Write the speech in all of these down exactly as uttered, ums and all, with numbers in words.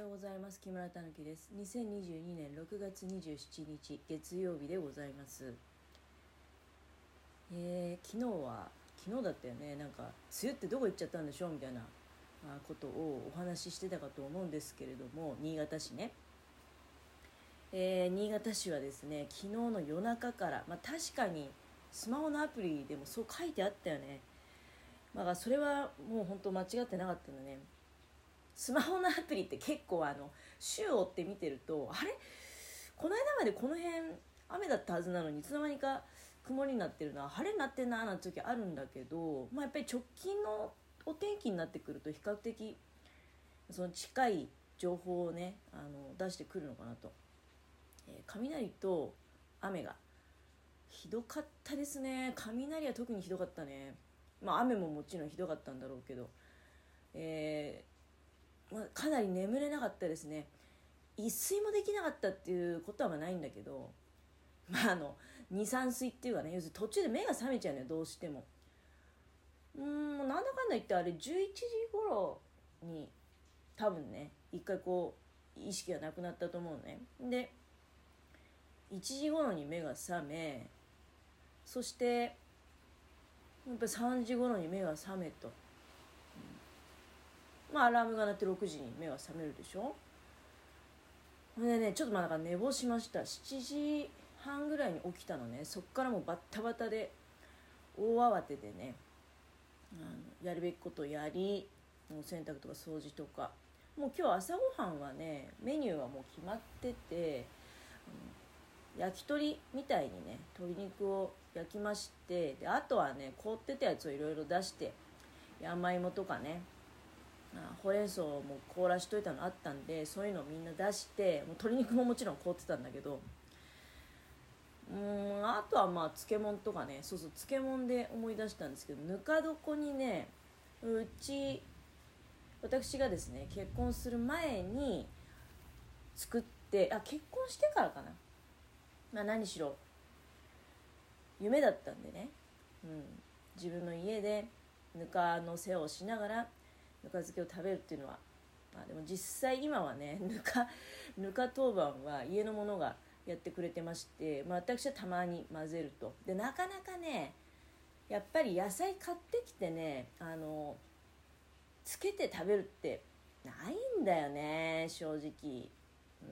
ようございます。木村たぬきです。にせんにじゅうにねんろくがつにじゅうしちにち月曜日でございます。えー、昨日は昨日だったよね。なんか梅雨ってどこ行っちゃったんでしょうみたいなことをお話ししてたかと思うんですけれども、新潟市ね、えー、新潟市はですね、昨日の夜中から、まあ、確かにスマホのアプリでもそう書いてあったよね。まあ、それはもう本当間違ってなかったんだね。スマホのアプリって結構あの週を追って見てると、あれこの間までこの辺雨だったはずなのにいつの間にか曇りになってるな、晴れになってんななんて時あるんだけど、まあ、やっぱり直近のお天気になってくると比較的その近い情報をねあの出してくるのかなと、えー、雷と雨がひどかったですね。雷は特にひどかったね。まあ雨ももちろんひどかったんだろうけど、えーまあ、かなり眠れなかったですね。一睡もできなかったっていうことはまあないんだけど、まああのに、さん睡っていうかね、要するに途中で目が覚めちゃうのよ、どうしても。うーんなんだかんだ言ってあれじゅういちじ頃に多分ね一回こう意識がなくなったと思うね。でいちじ頃に目が覚め、そしてやっぱりさんじ頃に目が覚めと、うん、まあアラームが鳴ってろくじに目が覚めるでしょ。でね、ちょっとまあなんか寝坊しました。しちじはんぐらいに起きたのね。そっからもうバッタバタで大慌てでね、あのやるべきことをやり、もう洗濯とか掃除とか、もう今日朝ごはんはねメニューはもう決まってて、あの焼き鳥みたいにね鶏肉を焼きまして、であとはね凍ってたやつをいろいろ出して、山芋とかね、ほうれん草も凍らしといたのあったんで、そういうのをみんな出して、もう鶏肉ももちろん凍ってたんだけど、うーんあとはまあ漬物とかね、そうそう漬物で思い出したんですけど、ぬか床にね、うち私がですね結婚する前に作って、あ結婚してからかな、まあ、何しろ夢だったんでね、うん、自分の家でぬかの世話をしながらぬか漬けを食べるっていうのは、まあ、でも実際今はねぬかぬか当番は家の者がやってくれてまして、まあ、私はたまに混ぜると。でなかなかねやっぱり野菜買ってきてねあのつけて食べるってないんだよね正直。うん、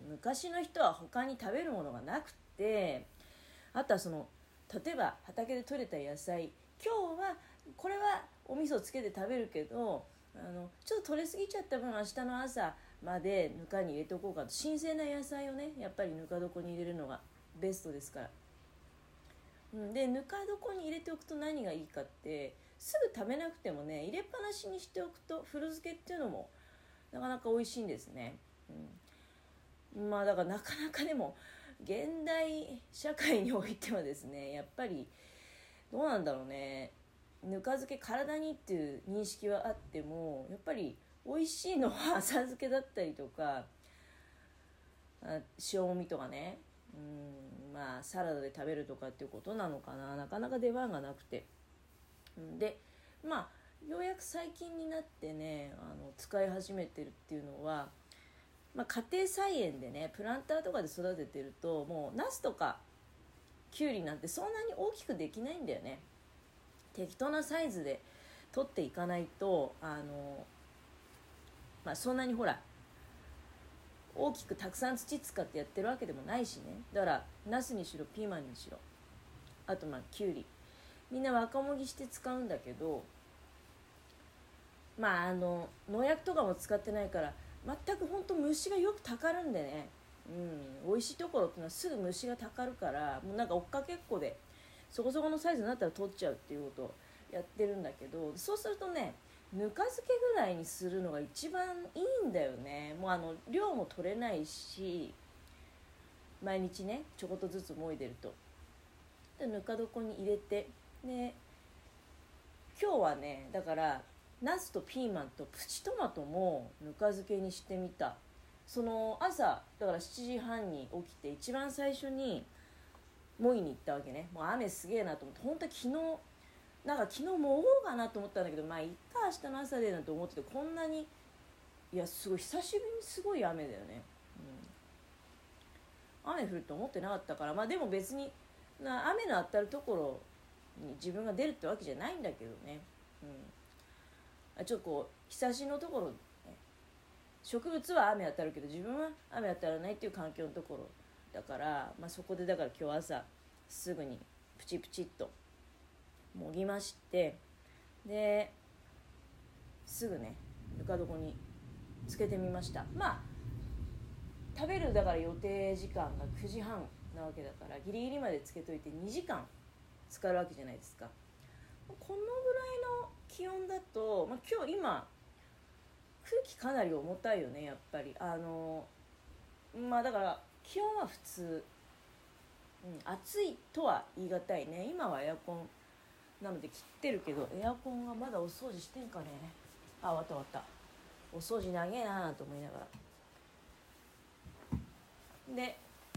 昔の人は他に食べるものがなくて、あとはその例えば畑で採れた野菜、今日はこれはお味噌つけて食べるけど、あのちょっと取れすぎちゃった分明日の朝までぬかに入れておこうかと。新鮮な野菜をねやっぱりぬか床に入れるのがベストですから。うん、でぬか床に入れておくと何がいいかって、すぐ食べなくてもね入れっぱなしにしておくと古漬けっていうのもなかなか美味しいんですね。うん、まあだからなかなかでも現代社会においてはですね、やっぱりどうなんだろうね、ぬか漬け体にっていう認識はあっても、やっぱり美味しいのは浅漬けだったりとか、あ塩もみとかね、うんまあサラダで食べるとかっていうことなのかな。なかなか出番がなくて、でまあようやく最近になってねあの使い始めてるっていうのは、まあ、家庭菜園でねプランターとかで育ててると、もうナスとかキュウリなんてそんなに大きくできないんだよね。適当なサイズで取っていかないと、あの、まあ、そんなにほら大きくたくさん土使ってやってるわけでもないしね。だからナスにしろピーマンにしろ、あとまあキュウリ、みんな若もぎして使うんだけど、まああの農薬とかも使ってないから全く本当虫がよくたかるんでね、うん、美味しいところっていうのはすぐ虫がたかるから、もうなんか追っかけっこでそこそこのサイズになったら取っちゃうっていうことをやってるんだけど、そうするとねぬか漬けぐらいにするのが一番いいんだよね。もうあの量も取れないし、毎日ねちょこっとずつもいでると。でぬか床に入れて、で今日はねだからナスとピーマンとプチトマトもぬか漬けにしてみた。その朝だからしちじはんに起きて一番最初にもいに行ったわけね。もう雨すげえなと思って、本当は昨日なんか昨日もおうかなと思ったんだけど、まあいっか明日の朝でなんて思ってて、こんなにいやすごい久しぶりにすごい雨だよね、うん、雨降ると思ってなかったから、まあでも別にな雨の当たるところに自分が出るってわけじゃないんだけどね、うん、ちょっとこう日差しのところ、ね、植物は雨当たるけど自分は雨当たらないっていう環境のところだから、まあ、そこでだから今日朝すぐにプチプチっともぎまして、ですぐねぬか床につけてみました。まあ食べるだから予定時間がくじはんなわけだからギリギリまでつけといてにじかん浸かるわけじゃないですか。このぐらいの気温だと、まあ、今日今空気かなり重たいよねやっぱり。あのまあだから気温は普通、うん、暑いとは言い難いね。今はエアコンなので切ってるけどエアコンがまだお掃除してんかね。あ、終わった終わった。お掃除長えなと思いながらで、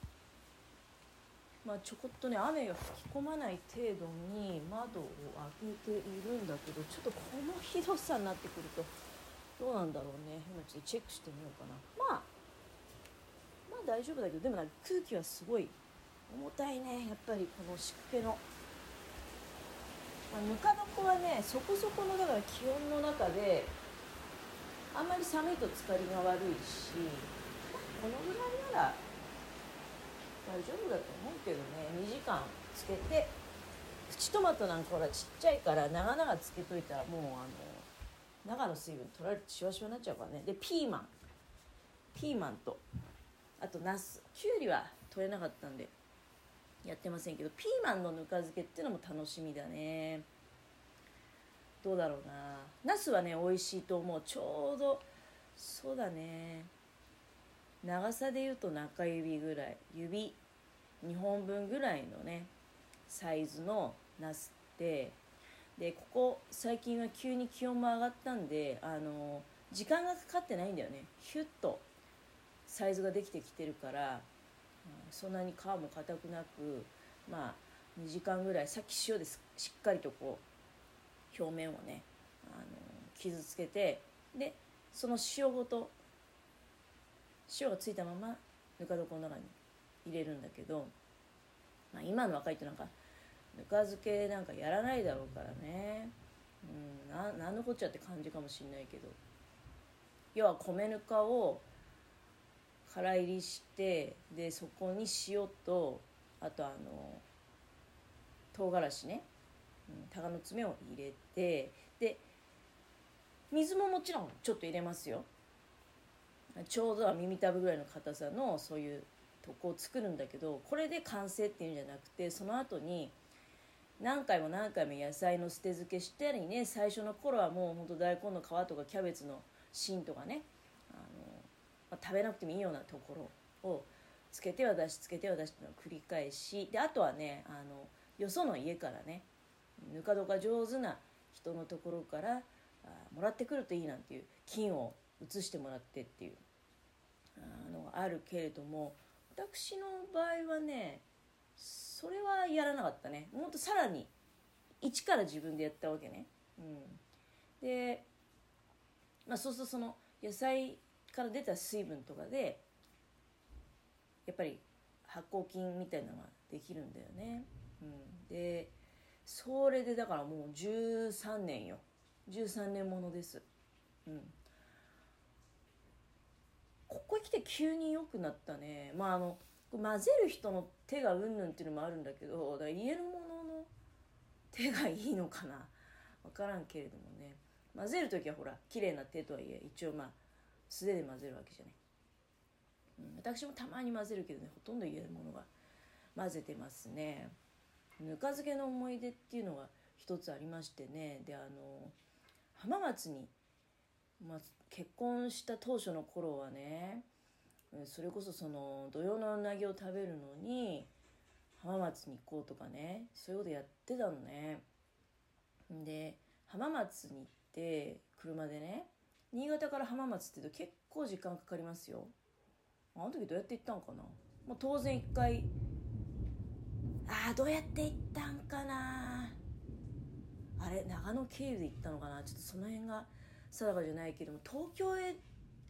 まあ、ちょこっとね雨が吹き込まない程度に窓を開けているんだけど、ちょっとこのひどさになってくるとどうなんだろうね。今ちょっとチェックしてみようかな。まあまあ大丈夫だけど、でもなんか空気はすごい重たいねやっぱりこの湿気の、まあ、ぬか床はねそこそこのだから気温の中であんまり寒いと疲れが悪いし、このぐらいなら大丈夫だと思うけどね。にじかんつけて、プチトマトなんかほらちっちゃいから長々つけといたらもうあの中の水分取られてシワシワになっちゃうからね。でピーマンピーマンとあとナス、キュウリは取れなかったんでやってませんけど、ピーマンのぬか漬けっていうのも楽しみだね。どうだろうな。ナスはね美味しいと思う。ちょうどそうだね、長さでいうと中指ぐらい、指にほんぶんぐらいのねサイズのナスってで、ここ最近は急に気温も上がったんであの時間がかかってないんだよね。ヒュッとサイズができてきてるから、そんなに皮も硬くなく、まあにじかんぐらいさっき塩でしっかりとこう表面をねあの傷つけて、でその塩ごと塩がついたままぬか床の中に入れるんだけど、まあ、今の若い人なんかぬか漬けなんかやらないだろうからね、うん、ななんのこっちゃって感じかもしれないけど、要は米ぬかを空入りして、でそこに塩とあとあの唐辛子ね、うん、鷹の爪を入れて、で水ももちろんちょっと入れますよ。ちょうど耳たぶぐらいの硬さのそういうとこを作るんだけど、これで完成っていうんじゃなくて、その後に何回も何回も野菜の捨て漬けしたりね、最初の頃はもうほんと大根の皮とかキャベツの芯とかね、あの、まあ、食べなくてもいいようなところをつけては出しつけては出しっていうのを繰り返しで、あとはねあのよその家からねぬか床上手な人のところからあもらってくるといいなんていう菌を移してもらってっていうのがあるけれども、私の場合はねそれはやらなかったね。もっとさらに一から自分でやったわけね、うん、で、まあ、そうするとその野菜から出た水分とかでやっぱり発酵菌みたいなのができるんだよね、うん、でそれでだからもうじゅうさんねんよじゅうさんねんものです、うん、ここへ来て急に良くなったね。まああの混ぜる人の手がうんぬんっていうのもあるんだけど、だから家のものの手がいいのかな分からんけれどもね、混ぜるときはほら綺麗な手とはいえ一応まあ素手で混ぜるわけじゃない、うん、私もたまに混ぜるけどね、ほとんど家のものが混ぜてますね。ぬか漬けの思い出っていうのが一つありましてね、であの浜松に、まあ、結婚した当初の頃はね、それこそその土用のうなぎを食べるのに浜松に行こうとかね、そういうことやってたのね。で浜松に行って車でね、新潟から浜松って言うと結構時間かかりますよ。あの時どうやって行ったんかな。もう当然一回あーどうやって行ったんかな、あれ長野経由で行ったのかな、ちょっとその辺が定かじゃないけども、東京へ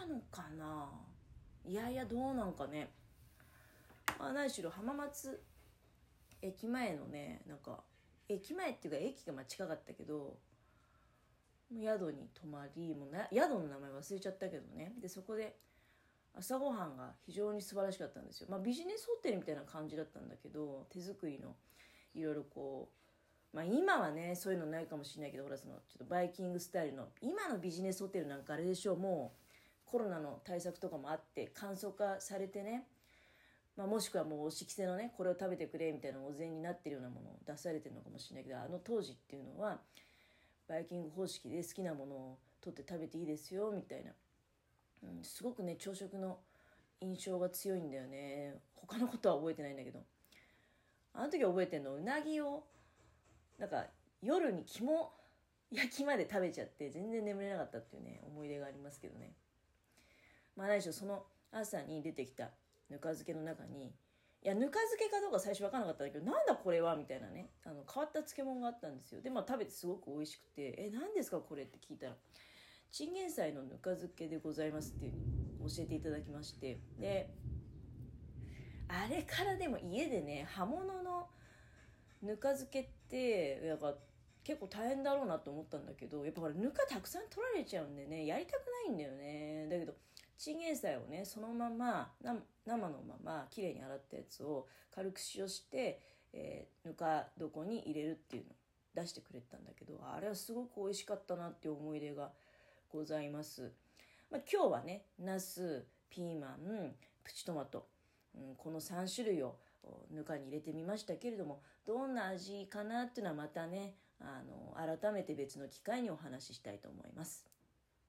たのかな。いやいや、どうなんかね。まあ、何しろ浜松駅前のね、なんか駅前っていうか駅がまあ近かったけど、宿に泊まり、もうな宿の名前忘れちゃったけどね。でそこで朝ごはんが非常に素晴らしかったんですよ。まあビジネスホテルみたいな感じだったんだけど、手作りのいろいろこう、まあ今はねそういうのないかもしれないけど、ほらそのちょっとバイキングスタイルの今のビジネスホテルなんかあれでしょう、もうコロナの対策とかもあって簡素化されてね、まあ、もしくはもうお仕着せのねこれを食べてくれみたいなお膳になってるようなものを出されてるのかもしれないけど、あの当時っていうのはバイキング方式で好きなものを取って食べていいですよみたいな、うん、すごくね朝食の印象が強いんだよね。他のことは覚えてないんだけど、あの時覚えてるの、うなぎをなんか夜に肝焼きまで食べちゃって全然眠れなかったっていうね思い出がありますけどね。まあ何しろその朝に出てきたぬか漬けの中に、いやぬか漬けかどうか最初分からなかったんだけど、なんだこれはみたいなね、あの変わった漬物があったんですよ。でまあ食べてすごく美味しくて、え何ですかこれって聞いたら、チンゲン菜のぬか漬けでございますっていう教えていただきまして、であれからでも家でね葉物のぬか漬けってやっぱ結構大変だろうなと思ったんだけど、やっぱこれぬかたくさん取られちゃうんでねやりたくないんだよね。だけどチンゲン菜をねそのまま生のままきれいに洗ったやつを軽く塩して、えー、ぬか床に入れるっていうのを出してくれたんだけど、あれはすごく美味しかったなっていう思い出がございます。まあ、今日はねナス、ピーマン、プチトマト、うん、このさん種類をぬかに入れてみましたけれども、どんな味かなっていうのはまたねあの改めて別の機会にお話ししたいと思います。